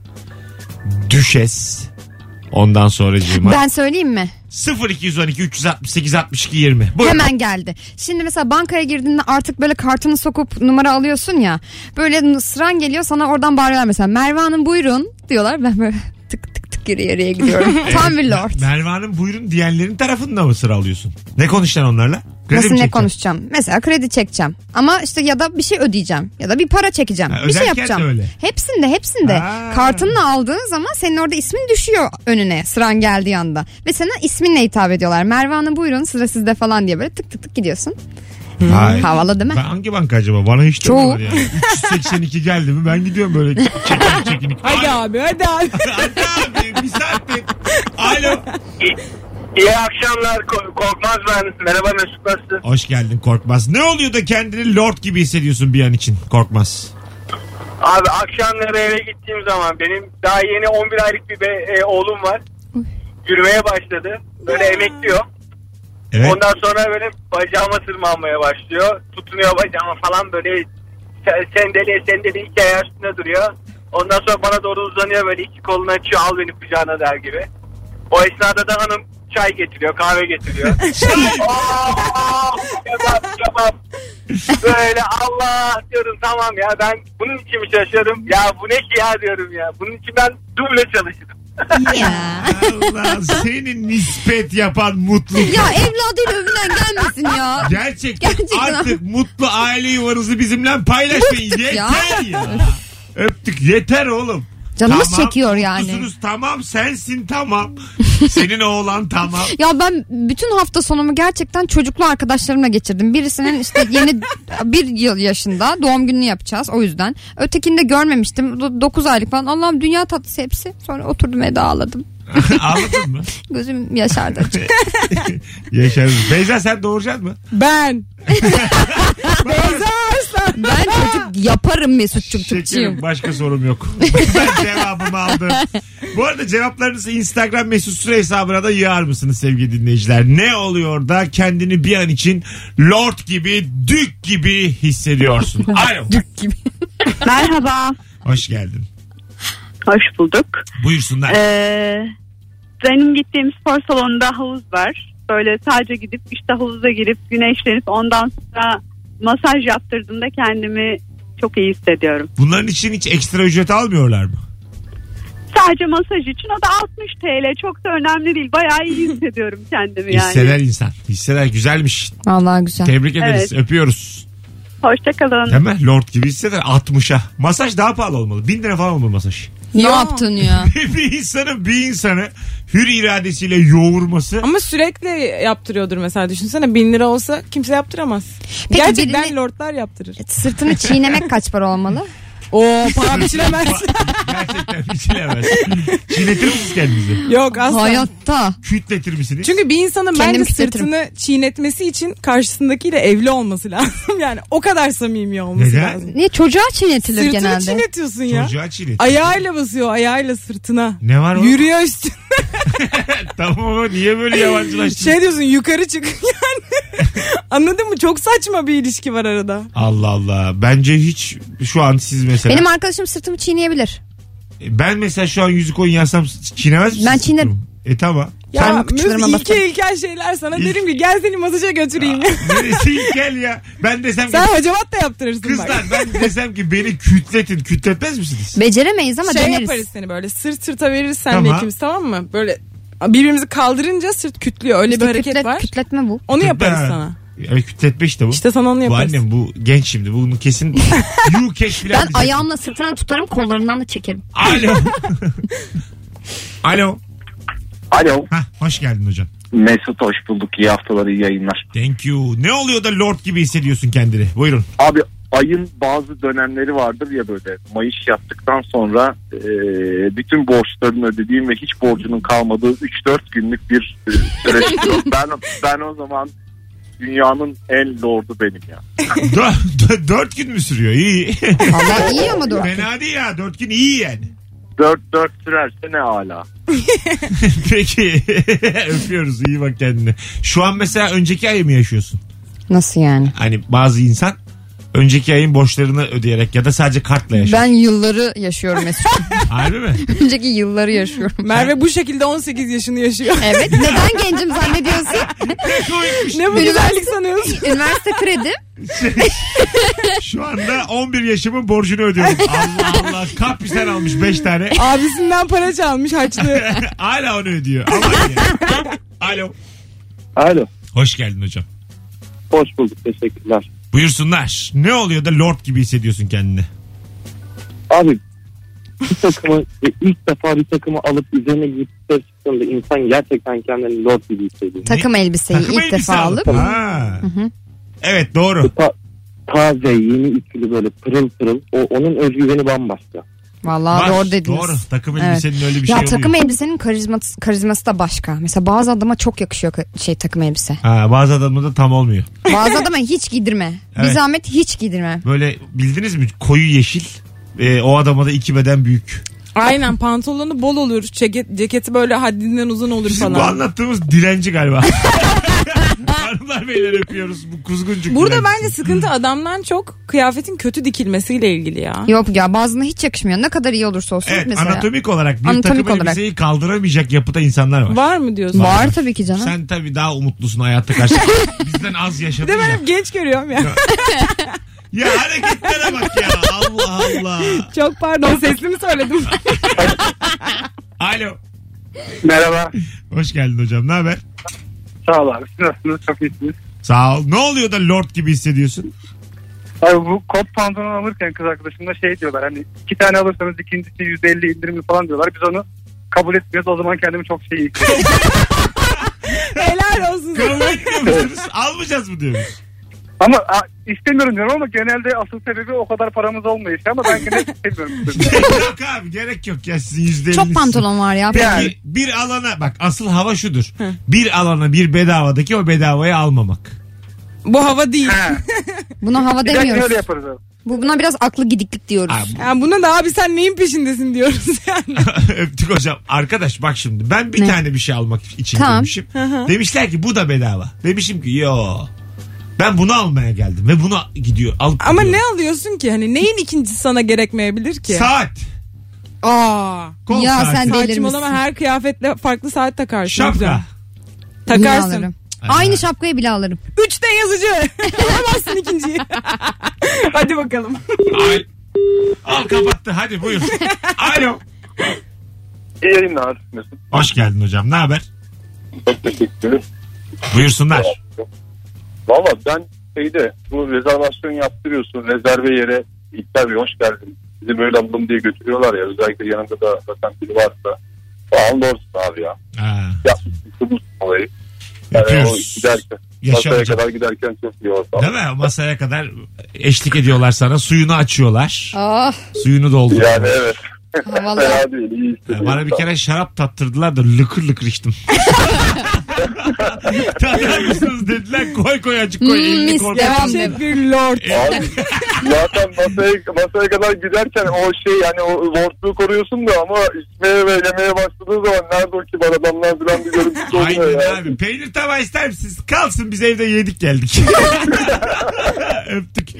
Düşes. Ondan sonracığıma. Ben söyleyeyim mi? 0212 368 62 20. Buyurun. Hemen geldi. Şimdi mesela bankaya girdiğinde artık böyle kartını sokup numara alıyorsun ya. Böyle sıran geliyor sana, oradan bağırıyorlar mesela. Merve Hanım buyurun diyorlar. Ben böyle tık tık tık yere gidiyorum. Tam bir lord. Merve Hanım buyurun diyenlerin tarafında mı sıra alıyorsun? Ne konuşacaksın onlarla? Kredi Nasıl mi ne çekeceksin? konuşacağım? Mesela kredi çekeceğim. Ama işte ya da bir şey ödeyeceğim. Ya da bir para çekeceğim. Ha, bir şey öderken de yapacağım. öyle. Hepsinde. Ha. Kartınla aldığın zaman senin orada ismin düşüyor önüne sıran geldiği anda. Ve sana isminle hitap ediyorlar. Merve Hanım buyurun sıra sizde falan diye böyle tık tık tık gidiyorsun. Hayır. Havalı değil mi? Ben hangi banka acaba? Bana hiç Çoğu. demiyorlar yani. 382 geldi mi ben gidiyorum böyle çekinik. Hadi abi hadi abi. Hadi abi bir saattir. Alo. İyi akşamlar Korkmaz ben. Merhaba Mesut, nasılsın? Hoş geldin Korkmaz. Ne oluyor da kendini lord gibi hissediyorsun bir an için Korkmaz? Abi akşamları eve gittiğim zaman benim daha yeni 11 aylık bir oğlum var. Yürümeye başladı. Böyle emekliyor. Evet. Ondan sonra böyle bacağıma tırmanmaya başlıyor. Tutunuyor bacağıma falan, böyle sendeli iki ayağı üstüne duruyor. Ondan sonra bana doğru uzanıyor, böyle iki kolunu açıyor, al beni kucağına der gibi. O esnada da hanım çay getiriyor, kahve getiriyor. Kebap. Böyle Allah diyorum, tamam ya ben bunun için mi çalışıyorum? Ya bu ne ki ya diyorum ya. Bunun için ben duble çalışırım. Ya. Allah seni nispet yapan mutluluk. Ya evladıyla övülen gelmesin ya. Gerçekten Gerçekten. artık mutlu aile yuvanızı bizimle paylaşmayın. Bıktık ya. Yeter ya. Öptük, yeter oğlum. Canımız çekiyor yani. Mutlusunuz, tamam, sensin tamam. Senin oğlan tamam. Ya ben bütün hafta sonumu gerçekten çocuklu arkadaşlarımla geçirdim. Birisinin işte yeni 1 yıl yaşında doğum gününü yapacağız o yüzden. Ötekini de görmemiştim. 9 aylık falan. Allah'ım dünya tatlısı hepsi. Sonra oturdum evde ağladım. Ağladın mı? Gözüm yaşardı açık. Yaşarız. Beyza sen doğuracaksın mı? Ben. Beyza Arslan. Ben çocuk yaparım Mesut'cum Şekerim, Türkçüyüm. başka sorum yok. Ben cevabımı aldım. Bu arada cevaplarınızı Instagram Mesut Süre hesabına da yığar mısınız sevgili dinleyiciler? Ne oluyor da kendini bir an için lord gibi, dük gibi hissediyorsun? Alo. Dük gibi. Merhaba. Hoş geldin. Hoş bulduk. Buyursunlar. Benim gittiğim spor salonunda havuz var. Böyle sadece gidip işte havuza girip güneşlenip ondan sonra masaj yaptırdığımda kendimi çok iyi hissediyorum. Bunların için hiç ekstra ücret almıyorlar mı? Sadece masaj için, o da 60 TL, çok da önemli değil. Bayağı iyi hissediyorum kendimi yani. Hisseder insan. Hisseder, güzelmiş. Vallahi güzel. Tebrik ederiz. Evet. Öpüyoruz. Hoşçakalın. Değil mi? Lord gibi hisseder. 60'a. Masaj daha pahalı olmalı. 1000 lira falan olmalı masaj. Ne yaptın ya? bir insanı hür iradesiyle yoğurması. Ama sürekli yaptırıyordur mesela. Düşünsene 1000 lira olsa kimse yaptıramaz. Peki Gerçekten birini- lordlar yaptırır. Sırtını çiğnemek kaç para olmalı? Oo, para biçilemez. Gerçekten biçilemez. Çiğnetir misiniz kendinizi? Yok asla. Hayatta. Kütletir misiniz? Çünkü bir insanın Kendimi bence kütletirim. sırtını çiğnetmesi için karşısındakiyle evli olması lazım. Yani o kadar samimi olması Neden? lazım. Niye çocuğa çiğnetilir Sırtını genelde? çiğnetiyorsun ya. Çocuğa çiğnetir. Ayağıyla basıyor, ayağıyla sırtına. Ne var o? Yürüyor üstüne. Tamam ama niye böyle yabancılaştın? Şey diyorsun, yukarı çık yani. Anladın mı? Çok saçma bir ilişki var arada. Allah Allah. Bence hiç şu an siz mesela. Benim arkadaşım sırtımı çiğneyebilir. Ben mesela şu an yüzük oyun yazsam çiğnemez misiniz? Ben çiğnerim. Tamam. Ya Parmak uçlarıma Mesut ilkel şeyler sana derim ki gel seni masaja götüreyim. Neresi ilkel ya? Ben desem ki Sen hacamat da yaptırırsın kızlar bak. ben desem ki beni kütletin. Kütletmez misiniz? Beceremeyiz ama Şey deneriz. yaparız seni böyle sırt sırta veririz senle Tamam. ikimiz, tamam mı? Böyle birbirimizi kaldırınca sırt kütlüyor. Öyle İşte bir hareket var. Kütletme bu. Onu Kütle- yaparız sana. Evet, kütletme işte bu. İşte sana onu Bu yaparız. annem bu genç şimdi. Bunu kesin you cash filan Ben diyecek. ayağımla sırtına tutarım, kollarından da çekerim. Alo. Alo. Alo. Hah, hoş geldin hocam. Mesut hoş bulduk. İyi haftalar, iyi yayınlar. Thank you. Ne oluyor da lord gibi hissediyorsun kendini? Buyurun. Abi ayın bazı dönemleri vardır ya, böyle Mayıs yaptıktan sonra bütün borçlarını ödediğim ve hiç borcunun kalmadığı 3-4 günlük bir süreç. ben o zaman dünyanın en lordu benim ya. 4 gün mü sürüyor? İyi. Vallahi iyi ama 4 gün. Fena değil ya. 4 gün iyi yani. 4 sürerse ne hala. Peki. Öpüyoruz. İyi bak kendine. Şu an mesela önceki ayı mı yaşıyorsun? Nasıl yani? Hani bazı insan önceki ayın borçlarını ödeyerek ya da sadece kartla yaşıyor. Ben yılları yaşıyorum Mesut'um. Harbi mi? Önceki yılları yaşıyorum. Merve bu şekilde 18 yaşını yaşıyor. Evet. Neden gencim zannediyorsun? Ne bu güzellik sanıyorsun? Üniversite kredi. Şu anda 11 yaşımın borcunu ödüyorum. Allah Allah. Kapisen almış 5 tane. Abisinden para çalmış harçlığı. Hala onu ödüyor. Aman ya. Alo. Alo. Hoş geldin hocam. Hoş bulduk, teşekkürler. Buyursunlar. Ne oluyor da lord gibi hissediyorsun kendini? Abi bir takımı ilk defa bir takımı alıp üzerine giyip çıktığında insan gerçekten kendini lord gibi hissediyor. Takım elbiseyi Takım ilk elbise defa alıp. Ha. Evet doğru. Taze, yeni ütülü, böyle pırıl pırıl. Onun özgüveni bambaşka. Vallahi Var, doğru dediniz. Doğru. Takım Evet. elbisenin öyle bir Ya şey takım oluyor. elbisenin karizması da başka. Mesela bazı adama çok yakışıyor takım elbise. Ha, bazı adamın da tam olmuyor. Bazı adama hiç giydirme. Bir Evet. zahmet hiç giydirme. Böyle bildiniz mi? Koyu yeşil. O adama da 2 beden büyük. Aynen, pantolonu bol olur. Ceketi böyle haddinden uzun olur Bizim bu falan. anlattığımız dilenci galiba. Hanımlar beyler öpüyoruz. Bu kuzguncuk Burada dilencisi. bence sıkıntı adamdan çok kıyafetin kötü dikilmesiyle ilgili ya. Yok ya, bazına hiç yakışmıyor. Ne kadar iyi olursa olsun Evet, mesela. anatomik olarak bir Anatomik takım olarak. elbiseyi kaldıramayacak yapıda insanlar var. Var mı diyorsun? Var tabii ki canım. Sen tabii daha umutlusun hayatta karşı. Bizden az Bir yaşadın de ben ya. hep genç görüyorum ya. Ya hareketlere bak ya. Allah Allah. Çok pardon, sesli mi söyledim? Alo. Merhaba. Hoş geldin hocam. Ne haber? Sağ ol abi. Siz nasılsınız? Çok iyisiniz. Sağ ol. Ne oluyor da lord gibi hissediyorsun? Abi bu kot pantolon alırken kız arkadaşımla şey diyorlar. Hani 2 tane alırsanız ikincisi %50 indirimli falan diyorlar. Biz onu kabul etmiyoruz. O zaman kendimi çok şey hissediyorum. Helal olsun. Kabul etmiyor musunuz? Almayacağız mı diyoruz? Ama istemiyorum diyorum ama genelde asıl sebebi o kadar paramız olmayışı. Ama ben gene istemiyorum. Yok abi gerek yok ya sizin %50'si. Çok pantolon var ya. Peki bir alana bak asıl hava şudur. Bir alana bir bedavadaki o bedavaya almamak. Bu hava değil. Buna hava Bir dakika öyle demiyoruz. yaparız abi. Buna biraz aklı gidiklik diyoruz. Abi, Yani buna da abi sen neyin peşindesin diyoruz yani. öptük hocam. Arkadaş bak şimdi ben bir Ne? tane bir şey almak için Tamam. demişim. Demişler ki bu da bedava. Demişim ki yo. Ben bunu almaya geldim ve bunu gidiyor alıp Ama gidiyorum. ne alıyorsun ki? Hani neyin ikincisi sana gerekmeyebilir ki? Saat. Aa. Kol Ya saati. sen Saçmalama, her kıyafetle farklı saat takarsın. Şapka. Güzel. Yine Takarsın. alırım. Aynı şapkayı bile alırım. 3'te yazıcı. Alamazsın ikinciyi. Hadi bakalım. Al kapattı hadi buyur. Alo. İyi yayınlar Mesut. Hoş geldin hocam ne haber? Çok teşekkür ederim. Buyursunlar. Valla ben bu rezervasyon yaptırıyorsun. Rezerve yere İlker Bey hoş geldin. Bizi böyle alalım diye götürüyorlar ya. Özellikle yanında da zaten biri varsa. Falan doğrusun abi ya. Ha. Yapmışsın bu olayı. Yani o Yapıyoruz. giderken. Yaşa Masaya hocam. kadar giderken çok iyi ortam. Değil mi? Masaya kadar eşlik ediyorlar sana. Suyunu açıyorlar. Ah, Suyunu dolduruyorlar. Yani evet. havalı. Fena değil. İyi hissediyorum. Bana bir kere şarap tattırdılar da lıkır lıkır içtim. Tadar mısınız dediler. Koy koy acık koy. Elini mis, korkutun. devam. Gerçek bir lord. Abi, zaten masaya kadar giderken o yani o lordluğu koruyorsun da ama içmeye ve yemeye başladığın zaman nerede o kibar adamlar falan bir görüntüsü oluyor Aynen ya. abi. Peynir tava ister misiniz? Kalsın biz evde yedik geldik. Öptük.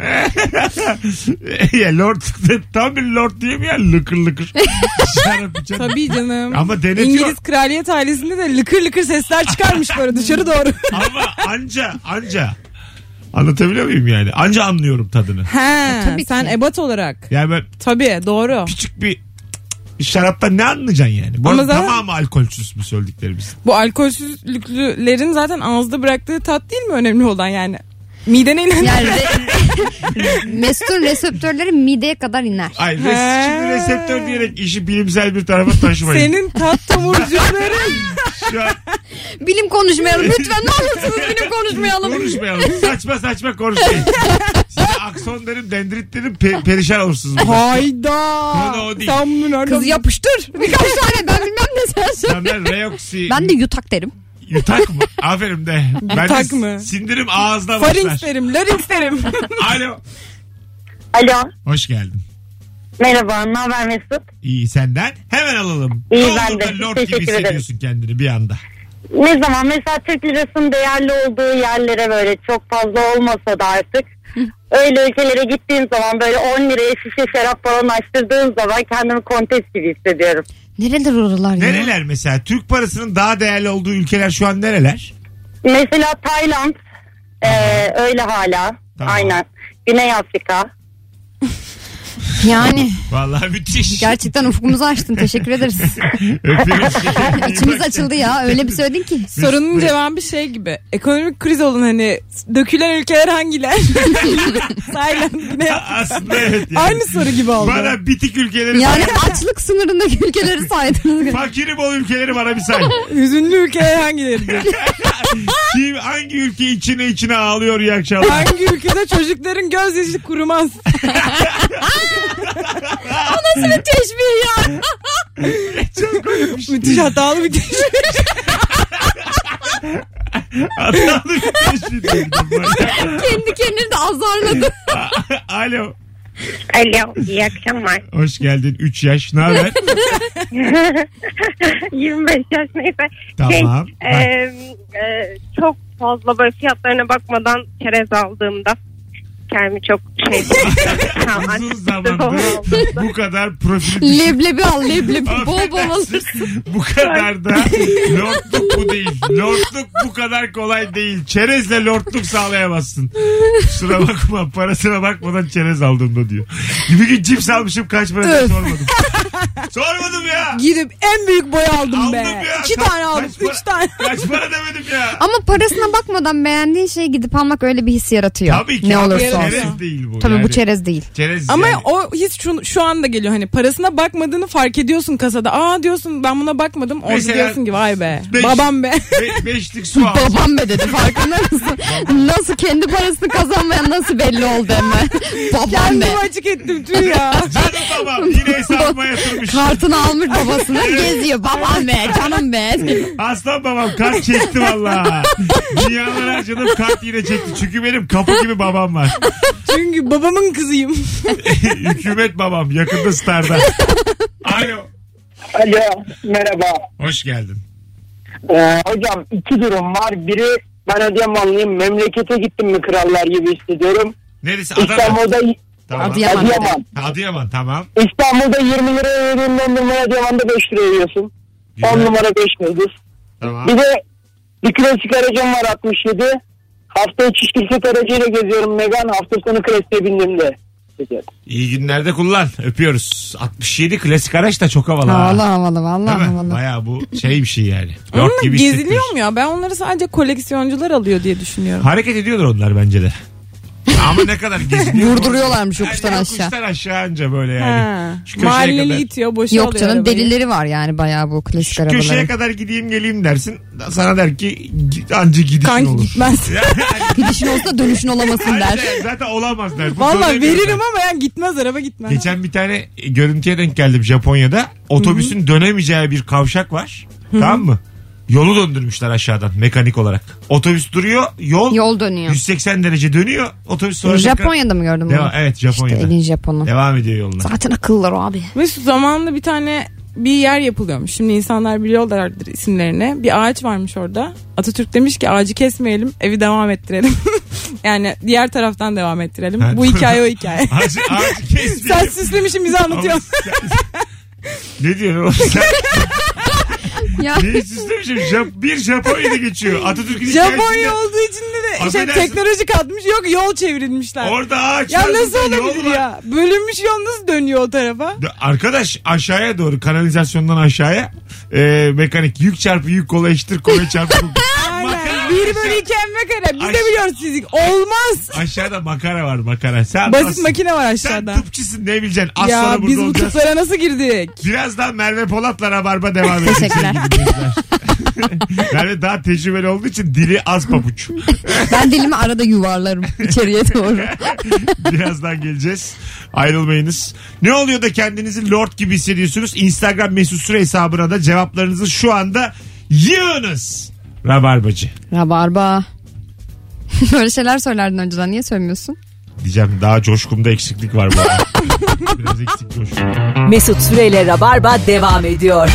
Ya lord tam bir lord değil mi ya? Lıkır lıkır. Şarap içen. Tabii canım. Ama denetiyor. İngiliz kraliyet ailesinde de lıkır lıkır sesler çıkarmış böyle dışarı doğru. Ama anca. Anlatabiliyor muyum yani? Anca anlıyorum tadını. He, tabii sen ki. ebat olarak. Yani ben Tabii doğru. küçük bir şaraptan ne anlayacaksın yani? Bu Ama arada zaten- tamamı alkolsüz mü söylediklerimiz? Bu alkolsüzlüklerin zaten ağızda bıraktığı tat değil mi önemli olan yani? Midene inen. Yani mestur reseptörleri mideye kadar iner. Ay şimdi reseptör diyerek işi bilimsel bir tarafa taşımayın. Senin tat tomurcukların. Şu an Bilim konuşmayalım lütfen, ne olursunuz bilim konuşmayalım. konuşmayalım. Saçma konuşmayın. Size akson derim, dendrit derim, perişan olursunuz. Hayda. Konu o değil. Sen bunu nereden... Kız yapıştır. Birkaç tane ben bilmem ne sen söyle. Senden reoksi. Ben de yutak derim. Yutak mı? Aferin de. Ben Yutak de mı? sindirim ağızda Farinx başlar. derim, larynx derim. Alo. Alo. Hoş geldin. Merhaba. Ne haber Mesut? İyi senden. Hemen alalım. İyi, Ne ben oldu de. da lord Teşekkür gibi hissediyorsun kendini bir anda. Ne zaman mesela Türk lirasının değerli olduğu yerlere böyle çok fazla olmasa da artık öyle ülkelere gittiğim zaman böyle 10 liraya şişe şarap falan açtırdığım zaman kendimi kontes gibi hissediyorum. Nereler oralar ya? Nereler mesela? Türk parasının daha değerli olduğu ülkeler şu an nereler? Mesela Tayland öyle hala. Tamam. Aynen. Güney Afrika. Yani Vallahi müthiş. gerçekten ufkumuzu açtın, teşekkür ederiz. Öpüyoruz. İçimiz açıldı ya, öyle bir söyledin ki. Sorunun cevabı şey gibi. Ekonomik kriz olun hani dökülen ülkeler hangiler? Tayland, Güney Afrika. Aslında evet. Yani. Aynı soru gibi oldu. Bana bitik ülkeleri Yani say. açlık sınırındaki ülkeleri saydınız. Fakiri bol ülkeleri bana bir say. Hüzünlü ülkeler hangileri? Kim hangi ülke içine ağlıyor iyi akşamlar. Hangi ülkede çocukların gözyaşı kurumaz? O nasıl bir teşbih ya? Çok koymuş. Müthiş hatalı bir teşbih. Hatalı bir teşbih dedim bana. Kendi kendini de azarladı. Alo. Alo, iyi akşamlar. Hoş geldin. 3 yaş. Ne haber? 25 yaş neyse. Tamam. Çok fazla böyle fiyatlarına bakmadan çerez aldığımda kendimi çok Uzun zamandır bu kadar profil Leblebi al, leblebi. Bol bol alırsın. bu kadar da lordluk bu değil. Lordluk bu kadar kolay değil. Çerezle lordluk sağlayamazsın. Kusura bakma, parasına bakmadan çerez aldığımda diyor. Bir gün cips almışım, kaç para diye sormadım. Sormadım ya. Gidip en büyük boy aldım be. Aldım ya. 2 tane aldım, 3 tane. Kaç para demedim ya. Ama parasına bakmadan beğendiğin şeyi gidip almak öyle bir his yaratıyor. Tabii ki. Ne abi, olursa olsun. çerez değil bu. Tabii yani. bu çerez değil. Çerez Ama yani. o his şu anda geliyor hani parasına bakmadığını fark ediyorsun kasada. Aa diyorsun ben buna bakmadım. Orada Mesela diyorsun ki vay be. beş- Babam be. Beşlik su al. Babam be dedi, farkında mısın? Nasıl kendi parasını kazanmayan nasıl belli oldu hemen. Babam be. Kendimi açık ettim tüy ya. Canım babam yine hesabıma yatırmış. Kartını almış babasına geziyor. Babam be, canım be. Aslan babam kart çekti valla. Dünyalar harcadım, kart yine çekti. Çünkü benim kapı gibi babam var. Çünkü babamın kızıyım. Hükümet babam yakında Star'da. Alo. Alo, merhaba. Hoş geldin. Hocam 2 durum var. Biri, ben Adıyamanlıyım. Memlekete gittim mi krallar gibi hissediyorum. Neresi? Adana. İstanbul'da Tamam. Adıyaman. Adıyaman tamam. İstanbul'da 20 liraya ödediğin dondurmaya Adıyaman'da 5 liraya yiyorsun. Güzel. 10 numara 5 yıldız. Tamam. Bir de bir klasik aracım var 67. Hafta içi şirket aracıyla geziyorum Megan. Hafta sonu klasiğe bindiğimde. İyi günlerde kullan. Öpüyoruz. 67 klasik araç da çok havalı. Havalı ha. havalı, vallahi Değil mi? havalı. Baya bu şey bir şey yani. Lord Onunla gibi geziliyor hissettiriyor. mu ya? Ben onları sadece koleksiyoncular alıyor diye düşünüyorum. Hareket ediyordur onlar bence de. Ama ne kadar geziliyor. Vurduruyorlarmış yokuştan Yani aşağı. Yokuştan aşağı anca böyle yani. Ha. Şu köşeye Mahalleli kadar. itiyor boşa Yok alıyor canım, arabayı. delileri var yani bayağı bu klasik Şu köşeye arabaların. kadar gideyim geleyim dersin. Sana der ki anca gidişin Kanki olur. gitmez. Gidişin olsa dönüşün olamasın der. Aynen, zaten olamaz der. Bu Valla söylemiyor veririm zaten. ama yani gitmez, araba gitmez. Geçen bir tane görüntüye denk geldim Japonya'da. Otobüsün dönemeyeceği bir kavşak var. Tamam mı? Yolu döndürmüşler aşağıdan mekanik olarak. Otobüs duruyor, Yol dönüyor. 180 derece dönüyor. Otobüs sonra Japonya'da mı gördün bunu? Evet, Japonya'da. İşte elin Japonu. Devam ediyor yoluna. Zaten akıllılar o abi. Ve zamanında bir tane bir yer yapılıyormuş. Şimdi insanlar biliyorlardır isimlerini. Bir ağaç varmış orada. Atatürk demiş ki ağacı kesmeyelim, evi devam ettirelim. Yani diğer taraftan devam ettirelim. Bu hikaye o hikaye. Ağacı kesmeyelim. Sen süslemişsin, bize anlatıyorsun. Ne diyorsun? Ya. Neyi süslemişim? Bir Japonya'da geçiyor. Atatürk'ün Japonya olduğu için de teknoloji katmış. Yok, yol çevrilmişler. Orada ağaç ya var. nasıl olabilir ya? Bölünmüş yol nasıl dönüyor o tarafa? Arkadaş aşağıya doğru, kanalizasyondan aşağıya mekanik yük çarpı yük kola eşittir kuvvet çarpı kuvvet. Aynen. 1/2 kare. Biz de biliyoruz fizik. Olmaz. Aşağıda makara var, makara. Sen basit makine var aşağıda. Sen tıpçısın, ne bileceksin? Az ya sonra biz burada bu tıplara nasıl girdik? Birazdan Merve Polat'la Rabarba devam edecek. Teşekkürler. Merve daha tecrübeli olduğu için dili az pabuç. Ben dilimi arada yuvarlarım içeriye doğru. Birazdan geleceğiz. Ayrılmayınız. Ne oluyor da kendinizi lord gibi hissediyorsunuz? Instagram mesut süre hesabına da cevaplarınızı şu anda yığınız. Rabarbacı. Rabarba. Böyle şeyler söylerdin önceden, niye söylemiyorsun? Diyeceğim, daha coşkumda eksiklik var bu arada. Biraz eksik coşkum. Mesut Süreyle Rabarba devam ediyor.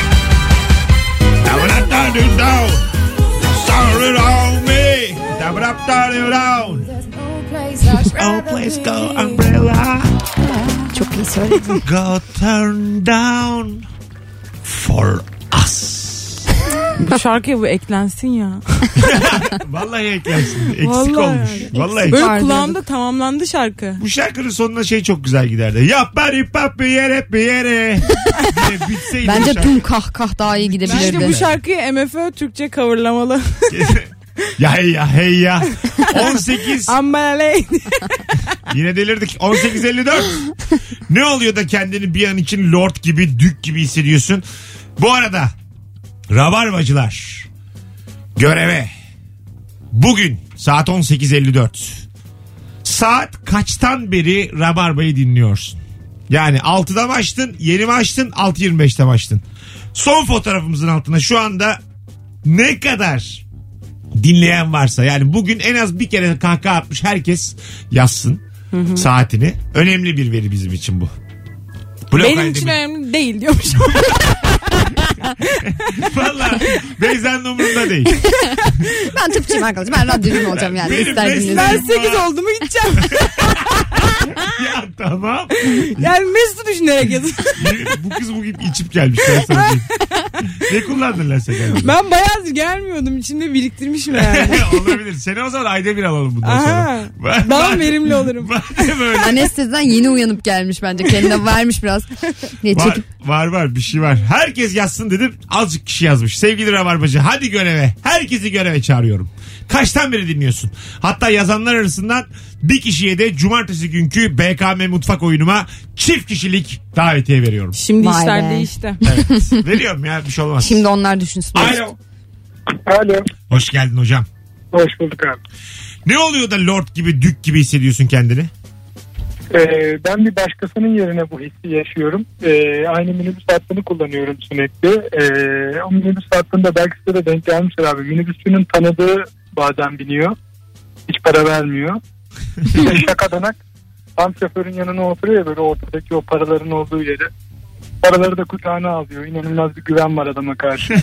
Çok iyi söyledin. Go turn down for us. Bu şarkıya bu eklensin ya. Vallahi eklensin. Eksik vallahi olmuş. Vallahi böyle kulağımda tamamlandı şarkı. Bu şarkının sonunda şey çok güzel giderdi. Yap bari pap bir yere. Bence tüm kah daha iyi gidebilirdi. Bence bu şarkıyı MFÖ Türkçe coverlamalı. Ya hey ya. 18. Ambaley. Yine delirdik. 18.54. Ne oluyor da kendini bir an için lord gibi, dük gibi hissediyorsun? Bu arada Rabarbacılar göreve bugün saat 18.54. Saat kaçtan beri Rabarba'yı dinliyorsun? Yani 6'da mı açtın, yeni mi açtın, 6.25'te mi açtın? Son fotoğrafımızın altına şu anda ne kadar dinleyen varsa, yani bugün en az bir kere kahkaha atmış herkes yazsın saatini. Önemli bir veri bizim için bu. Benim için önemli değil diyormuşum. Valla Beyza'nın umurunda değil. Ben tıpçıyım arkadaşım. Ben radyocum olacağım yani. Ben 8 oldu mu gideceğim. Ya tamam. Yani Mesut'u düşünerek yazın. Bu kız bugün içip gelmiş. Ne kullandın lan sen? Ben bayağıdır gelmiyordum. İçimde biriktirmişim yani. Olabilir. Seni o zaman ayda bir alalım bundan sonra. Daha verimli olurum. Anesteziden yeni uyanıp gelmiş bence. Kendine vermiş biraz. Var bir şey var. Herkes yazsın dedim. Azıcık kişi yazmış. Sevgili Rabarbacı, hadi göreve. Herkesi göreve çağırıyorum. Kaçtan beri dinliyorsun? Hatta yazanlar arasından bir kişiye de cumartesi günkü BKM mutfak oyunuma çift kişilik davetiye veriyorum. Şimdi işler değişti. Evet. Veriyorum ya, bir şey olmaz. Şimdi onlar düşünsün. Alo. Hoş geldin hocam. Hoş bulduk abi. Ne oluyor da lord gibi, dük gibi hissediyorsun kendini? Ben bir başkasının yerine bu hissi yaşıyorum. Aynı minibüs hattını kullanıyorum sürekli. O minibüs hattında belki size de denk gelmiştir abi. Minibüsçünün tanıdığı bazen biniyor. Hiç para vermiyor. İşte şakadanak tam şoförün yanına oturuyor ya, böyle ortadaki o paraların olduğu yere. Paraları da kucağına alıyor. İnanılmaz bir güven var adama karşı.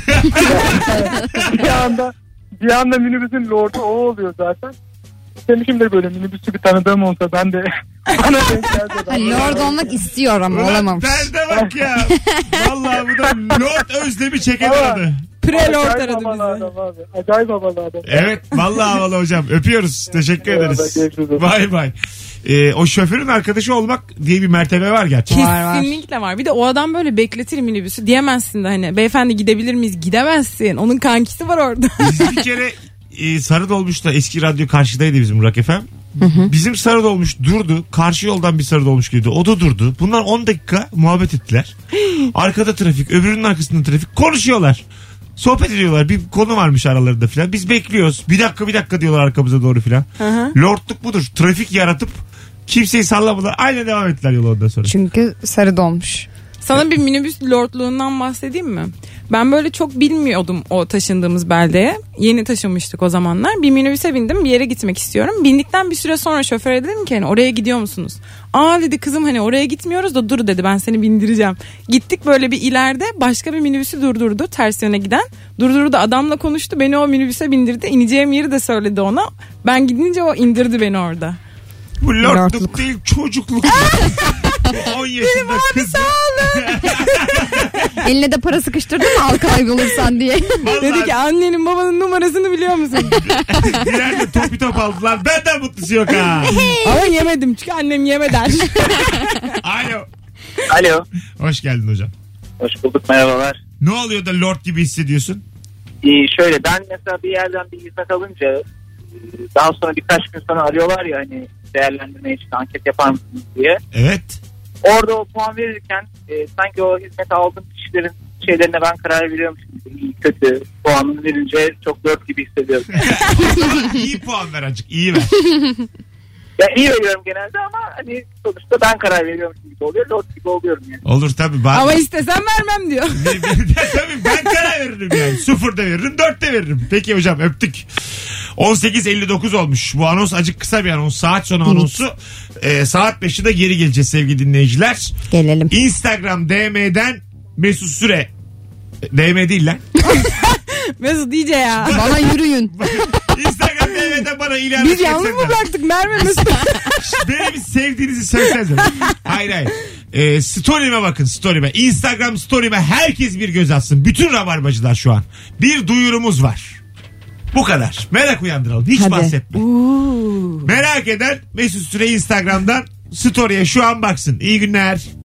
bir anda minibüsün lordu o oluyor zaten. Demişim de böyle minibüsçü bir tanıdığım olsa ben de bana denk geldi. Lord olmak istiyor ama olamamış. Derde bak ya. Vallahi bu da Lord Özlem'i çeken aradı. Pre-Lord aradı bizi. Acayip havalı adam. Evet vallahi havalı hocam. Öpüyoruz. Teşekkür ederiz. Bay bay. O şoförün arkadaşı olmak diye bir mertebe var gerçekten. Kesinlikle var. Bir de o adam böyle bekletir minibüsü. Diyemezsin de hani beyefendi gidebilir miyiz? Gidemezsin. Onun kankisi var orada. Biz bir kere Sarıdolmuş'ta, eski radyo karşıdaydı bizim Rock FM. Bizim Sarıdolmuş durdu. Karşı yoldan bir Sarıdolmuş girdi. O da durdu. Bunlar 10 dakika muhabbet ettiler. Arkada trafik, öbürünün arkasında trafik. Konuşuyorlar. Sohbet ediyorlar. Bir konu varmış aralarında filan. Biz bekliyoruz. Bir dakika diyorlar arkamıza doğru filan. Lordluk budur. Trafik yaratıp kimseyi sallamadılar. Aynen devam ettiler yola ondan sonra. Çünkü sarı dolmuş. Sana bir minibüs lordluğundan bahsedeyim mi? Ben böyle çok bilmiyordum o taşındığımız beldeye. Yeni taşınmıştık o zamanlar. Bir minibüse bindim, bir yere gitmek istiyorum. Bindikten bir süre sonra şoföre dedim ki hani oraya gidiyor musunuz? Aa dedi kızım hani oraya gitmiyoruz da dur dedi, ben seni bindireceğim. Gittik, böyle bir ileride başka bir minibüsü durdurdu, ters yöne giden. Durdurdu, adamla konuştu, beni o minibüse bindirdi. İneceğim yeri de söyledi ona. Ben gidince o indirdi beni orada. Bu lordluk değil, çocukluk. 10 yaşında kız. Eline de para sıkıştırdı mı al kaybolursan diye. Dedi ki annenin babanın numarasını biliyor musun? Birer de topi top aldılar. Benden mutlusu yok ha. Ama yemedim çünkü annem yeme der. Alo. Alo. Hoş geldin hocam. Hoş bulduk, merhabalar. Ne oluyor da lord gibi hissediyorsun? Şöyle, ben mesela bir yerden bir hizmet alınca daha sonra birkaç gün sonra arıyorlar ya hani değerlendirme için anket yapar mısınız diye. Evet. Orada o puan verirken sanki o hizmeti aldığım kişilerin şeylerine ben karar veriyormuşum. İyi kötü puanını verince çok lord gibi hissediyorum. İyi puan ver azıcık, iyi ver. Ya iyi veriyorum genelde ama hani sonuçta ben karar veriyorum gibi oluyor. Lord gibi oluyorum yani. Olur tabii. Ama istesem vermem diyor. Tabii ben karar veririm yani. 0'da veririm, 4'te veririm. Peki hocam, öptük. 18.59 olmuş. Bu anons acık kısa bir anons. Saat sonu anonsu. Saat 5'de geri geleceğiz sevgili dinleyiciler. Gelelim. Instagram DM'den Mesut Süre. DM değil lan. Mesut iyice ya. Bana yürüyün. Instagram DM'den bana ilan Biz yalnız mı bıraktık Merve Mesut? Beni bir sevdiğinizi söylesenize. Hayır. Story'me bakın, story'me. Instagram story'me herkes bir göz atsın. Bütün rabarbacılar şu an. Bir duyurumuz var. Bu kadar. Merak uyandıralım. Hiç bahsetme. Merak eden Mesut Süre Instagram'dan story'e şu an baksın. İyi günler.